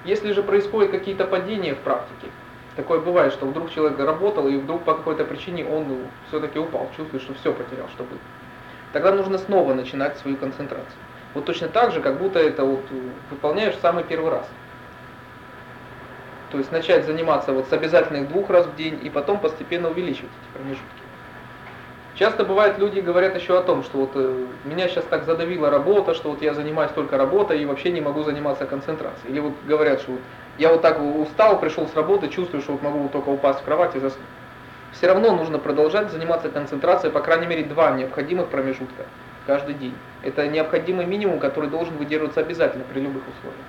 Если же происходят какие-то падения в практике, такое бывает, что вдруг человек работал, и вдруг по какой-то причине он все-таки упал, чувствует, что все потерял, что было. Тогда нужно снова начинать свою концентрацию. Вот точно так же, как будто это вот выполняешь в самый первый раз. То есть начать заниматься вот с обязательных 2 раз в день и потом постепенно увеличивать эти промежутки. Часто бывает, люди говорят еще о том, что вот меня сейчас так задавила работа, что вот я занимаюсь только работой и вообще не могу заниматься концентрацией. Или вот говорят, что вот я вот так устал, пришел с работы, чувствую, что вот могу вот только упасть в кровать и заснуть. Все равно нужно продолжать заниматься концентрацией, по крайней мере 2 необходимых промежутка каждый день. Это необходимый минимум, который должен выдерживаться обязательно при любых условиях.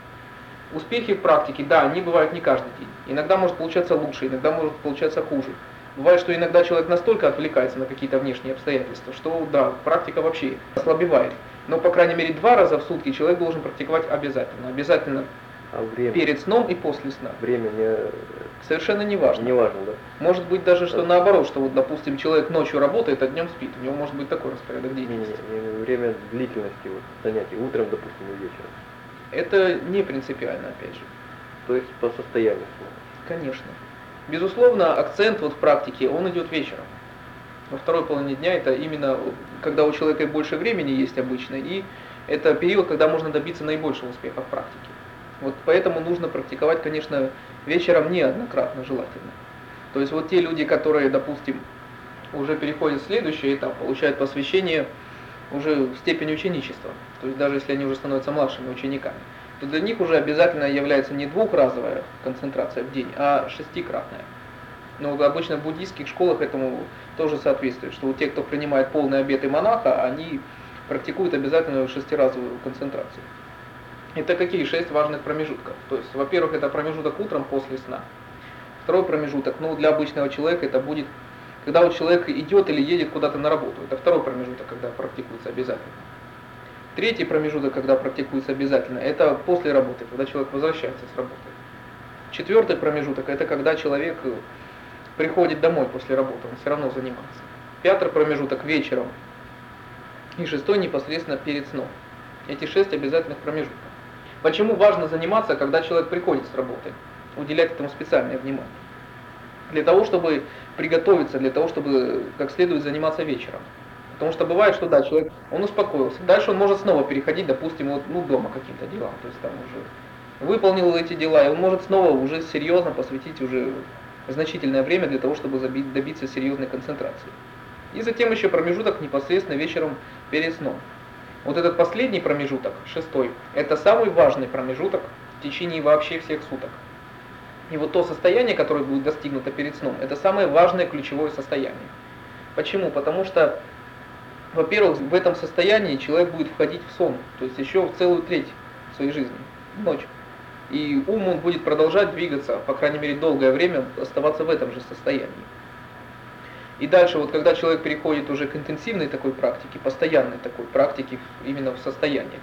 Успехи в практике, да, они бывают не каждый день. Иногда может получаться лучше, иногда может получаться хуже. Бывает, что иногда человек настолько отвлекается на какие-то внешние обстоятельства, что да, практика вообще ослабевает. Но, по крайней мере, 2 раза в сутки человек должен практиковать обязательно. Обязательно перед сном и после сна. Время совершенно не важно. Не важно, да. Может быть даже, что наоборот, что вот, допустим, человек ночью работает, а днем спит. У него может быть такой распорядок деятельности. Время длительности вот, занятий, утром, допустим, и вечером. Это не принципиально, опять же. То есть по состоянию. Конечно. Безусловно, акцент вот в практике, он идет вечером. Во второй половине дня это именно, когда у человека больше времени есть обычно, и это период, когда можно добиться наибольшего успеха в практике. Вот поэтому нужно практиковать, конечно, вечером неоднократно желательно. То есть вот те люди, которые, допустим, уже переходят в следующий этап, получают посвящение уже в степень ученичества, то есть даже если они уже становятся младшими учениками, то для них уже обязательно является не 2-разовая концентрация в день, а 6-кратная. Но обычно в буддийских школах этому тоже соответствует, что у тех, кто принимает полный обет монаха, они практикуют обязательно 6-разовую концентрацию. Это какие 6 важных промежутков? То есть, во-первых, это промежуток утром после сна. Второй промежуток, для обычного человека это будет, когда вот человек идет или едет куда-то на работу. Это второй промежуток, когда практикуется обязательно. Третий промежуток, когда практикуется обязательно, это после работы, когда человек возвращается с работы. Четвертый промежуток, это когда человек приходит домой после работы, он все равно занимается. Пятый промежуток вечером. И шестой непосредственно перед сном. Эти 6 обязательных промежутков. Почему важно заниматься, когда человек приходит с работы? Уделять этому специальное внимание. Для того, чтобы приготовиться, для того, чтобы как следует заниматься вечером. Потому что бывает, что да, человек, он успокоился. Дальше он может снова переходить, допустим, дома каким-то делам. То есть там уже выполнил эти дела, и он может снова уже серьезно посвятить уже значительное время для того, чтобы добиться серьезной концентрации. И затем еще промежуток непосредственно вечером перед сном. Вот этот последний промежуток, 6-й, это самый важный промежуток в течение вообще всех суток. И вот то состояние, которое будет достигнуто перед сном, это самое важное ключевое состояние. Почему? Потому что, во-первых, в этом состоянии человек будет входить в сон, то есть еще в целую треть своей жизни, ночь. И ум он будет продолжать двигаться, по крайней мере долгое время, оставаться в этом же состоянии. И дальше, вот когда человек переходит уже к интенсивной такой практике, постоянной такой практике именно в состоянии,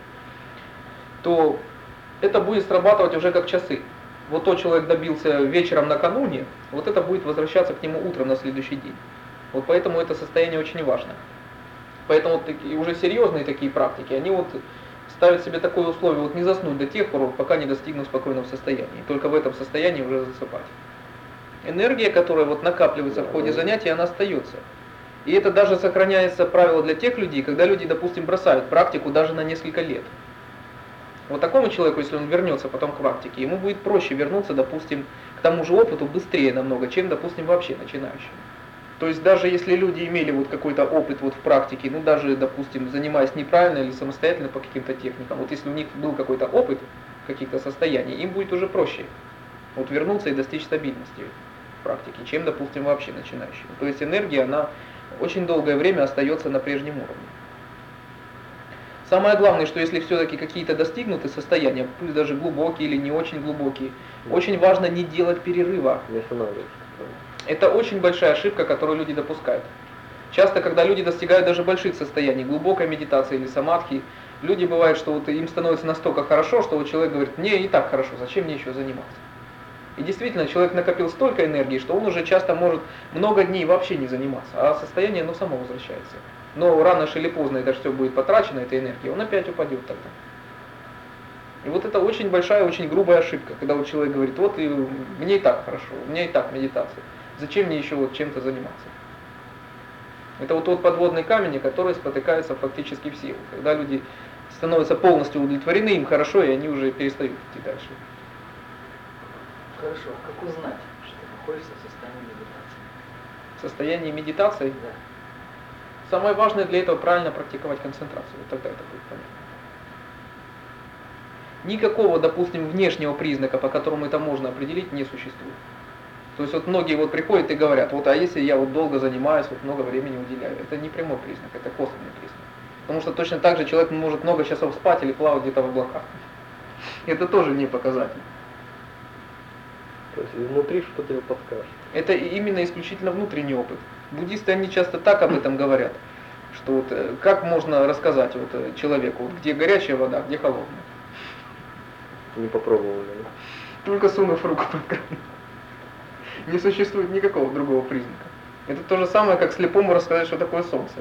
то это будет срабатывать уже как часы. Вот то человек добился вечером накануне, вот это будет возвращаться к нему утром на следующий день. Вот поэтому это состояние очень важно. Поэтому вот такие, уже серьезные такие практики, они вот ставят себе такое условие, вот не заснуть до тех пор, пока не достигнут спокойного состояния. Только в этом состоянии уже засыпать. Энергия, которая вот накапливается в ходе занятий, она остается. И это даже сохраняется правило для тех людей, когда люди, допустим, бросают практику даже на несколько лет. Вот такому человеку, если он вернется потом к практике, ему будет проще вернуться, допустим, к тому же опыту быстрее намного, чем, допустим, вообще начинающим. То есть даже если люди имели вот какой-то опыт вот в практике, даже, допустим, занимаясь неправильно или самостоятельно по каким-то техникам, вот если у них был какой-то опыт каких-то состояний, им будет уже проще вот вернуться и достичь стабильности в практике, чем, допустим, вообще начинающим. То есть энергия, она очень долгое время остается на прежнем уровне. Самое главное, что если все-таки какие-то достигнуты состояния, пусть даже глубокие или не очень глубокие, очень важно не делать перерыва. Не останавливаться. Это очень большая ошибка, которую люди допускают. Часто, когда люди достигают даже больших состояний, глубокой медитации или самадхи, люди бывает, что вот им становится настолько хорошо, что вот человек говорит: мне и так хорошо, зачем мне еще заниматься? И действительно, человек накопил столько энергии, что он уже часто может много дней вообще не заниматься, а состояние само возвращается. Но рано или поздно это все будет потрачено, эта энергия, он опять упадет тогда. И вот это очень большая, очень грубая ошибка, когда вот человек говорит, вот и мне и так хорошо, у меня и так медитация, зачем мне еще вот чем-то заниматься? Это вот тот подводный камень, который спотыкается фактически все. Вот когда люди становятся полностью удовлетворены, им хорошо, и они уже перестают идти дальше. Хорошо, а как узнать, что ты находишься в состоянии медитации? В состоянии медитации Да. самое важное для этого правильно практиковать концентрацию, вот тогда это будет понятно. Никакого, допустим, внешнего признака, по которому это можно определить, не существует. То есть вот многие вот приходят и говорят, вот а если я вот долго занимаюсь, вот много времени уделяю, это не прямой признак, это косвенный признак. Потому что точно так же человек может много часов спать или плавать где-то в облаках. Это тоже не показатель. То есть изнутри что-то тебе подскажет. Это именно исключительно внутренний опыт. Буддисты, они часто так об этом говорят, что вот как можно рассказать вот человеку, вот где горячая вода, где холодная. Не попробовали, да? Только сунув руку под кран. Не существует никакого другого признака. Это то же самое, как слепому рассказать, что такое солнце.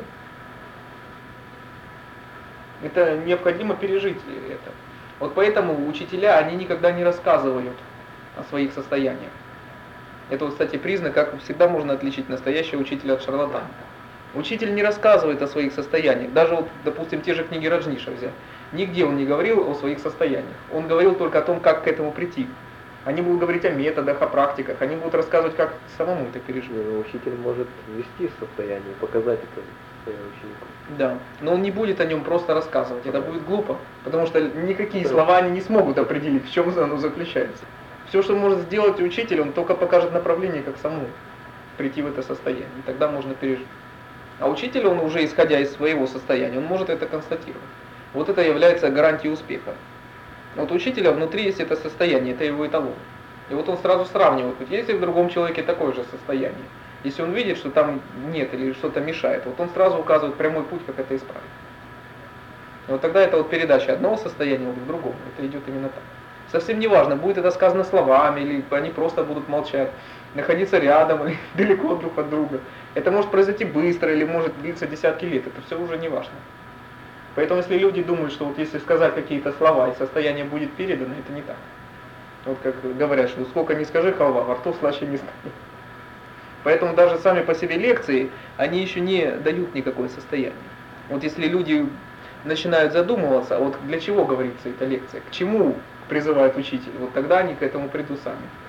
Это необходимо пережить это. Вот поэтому учителя, они никогда не рассказывают о своих состояниях. Это, вот, кстати, признак, как всегда можно отличить настоящего учителя от шарлатана. Учитель не рассказывает о своих состояниях. Даже, вот, допустим, те же книги Раджниша взять. Нигде он не говорил о своих состояниях. Он говорил только о том, как к этому прийти. Они будут говорить о методах, о практиках. Они будут рассказывать, как самому это пережить. Но учитель может ввести в состояние, показать это своему ученику. Да, но он не будет о нем просто рассказывать. Это будет глупо, потому что никакие слова они не смогут определить, в чем оно заключается. Все, что может сделать учитель, он только покажет направление, как самому прийти в это состояние. И тогда можно пережить. А учитель, он уже исходя из своего состояния, он может это констатировать. Вот это является гарантией успеха. Вот у учителя внутри есть это состояние, это его эталон. И вот он сразу сравнивает, вот если в другом человеке такое же состояние, если он видит, что там нет или что-то мешает, вот он сразу указывает прямой путь, как это исправить. И вот тогда это вот передача одного состояния вот к другому, это идет именно так. Совсем не важно, будет это сказано словами, или они просто будут молчать, находиться рядом или далеко друг от друга. Это может произойти быстро или может длиться десятки лет, это все уже не важно. Поэтому если люди думают, что вот если сказать какие-то слова и состояние будет передано, это не так. Вот как говорят, что сколько ни скажи халва, во рту слаще не станет. Поэтому даже сами по себе лекции, они еще не дают никакое состояние. Вот если люди начинают задумываться, вот для чего говорится эта лекция, к чему призывает учитель, вот тогда они к этому придут сами.